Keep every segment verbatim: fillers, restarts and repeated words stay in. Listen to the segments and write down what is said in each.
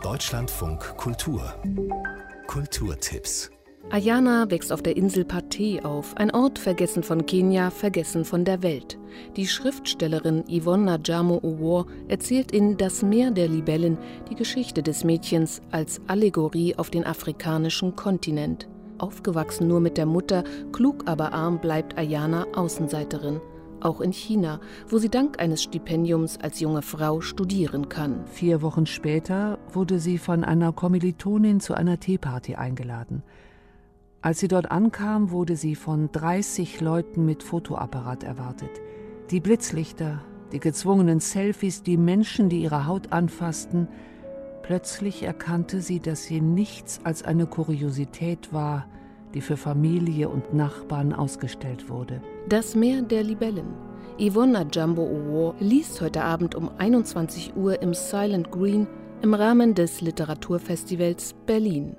Deutschlandfunk Kultur. Kulturtipps. Ayana wächst auf der Insel Pathé auf, ein Ort vergessen von Kenia, vergessen von der Welt. Die Schriftstellerin Yvonne Najamo Owor erzählt in Das Meer der Libellen die Geschichte des Mädchens als Allegorie auf den afrikanischen Kontinent. Aufgewachsen nur mit der Mutter, klug aber arm bleibt Ayana Außenseiterin. Auch in China, wo sie dank eines Stipendiums als junge Frau studieren kann. Vier Wochen später wurde sie von einer Kommilitonin zu einer Teeparty eingeladen. Als sie dort ankam, wurde sie von dreißig Leuten mit Fotoapparat erwartet. Die Blitzlichter, die gezwungenen Selfies, die Menschen, die ihre Haut anfassten. Plötzlich erkannte sie, dass sie nichts als eine Kuriosität war, die für Familie und Nachbarn ausgestellt wurde. Das Meer der Libellen. Yvonne Najamo Owor liest heute Abend um einundzwanzig Uhr im Silent Green im Rahmen des Literaturfestivals Berlin.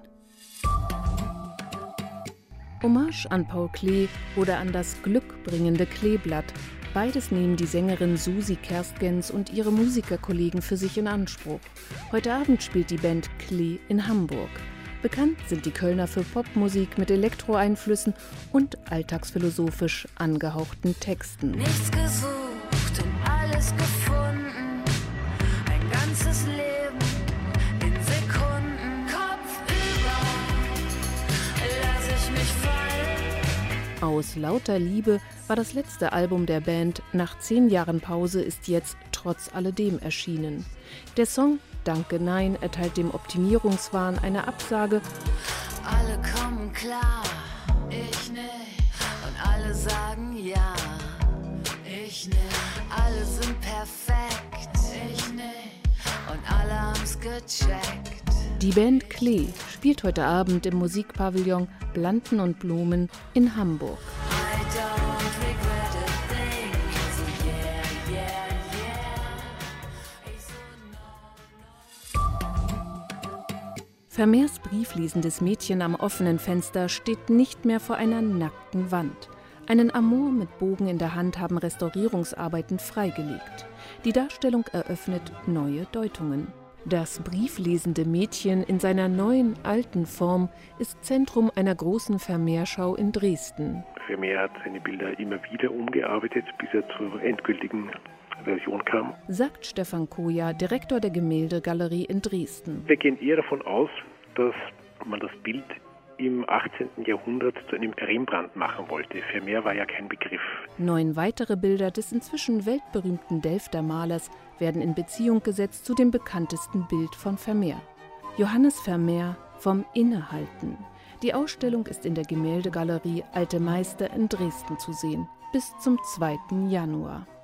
Hommage an Paul Klee oder an das glückbringende Kleeblatt. Beides nehmen die Sängerin Susi Kerstgens und ihre Musikerkollegen für sich in Anspruch. Heute Abend spielt die Band Klee in Hamburg. Bekannt sind die Kölner für Popmusik mit Elektroeinflüssen und alltagsphilosophisch angehauchten Texten. Nichts gesucht und alles gefunden, ein ganzes Leben in Sekunden, kopfüber lass ich mich fallen. Aus lauter Liebe war das letzte Album der Band. Nach zehn Jahren Pause ist jetzt trotz alledem erschienen. Der Song Danke Nein erteilt dem Optimierungswahn eine Absage. Alle kommen klar, ich nicht. Und alle sagen ja, ich nicht. Alle sind perfekt, ich nicht. Und alle haben's gecheckt. Die Band Klee spielt heute Abend im Musikpavillon Blanten und Blumen in Hamburg. Vermeers brieflesendes Mädchen am offenen Fenster steht nicht mehr vor einer nackten Wand. Einen Amor mit Bogen in der Hand haben Restaurierungsarbeiten freigelegt. Die Darstellung eröffnet neue Deutungen. Das brieflesende Mädchen in seiner neuen, alten Form ist Zentrum einer großen Vermeerschau in Dresden. Vermeer hat seine Bilder immer wieder umgearbeitet, bis er zur endgültigen Version kam. Sagt Stefan Koja, Direktor der Gemäldegalerie in Dresden. Wir gehen eher davon aus, dass man das Bild im achtzehnten Jahrhundert zu einem Rembrandt machen wollte. Vermeer war ja kein Begriff. Neun weitere Bilder des inzwischen weltberühmten Delfter Malers werden in Beziehung gesetzt zu dem bekanntesten Bild von Vermeer. Johannes Vermeer vom Innehalten. Die Ausstellung ist in der Gemäldegalerie Alte Meister in Dresden zu sehen. Bis zum zweiten Januar.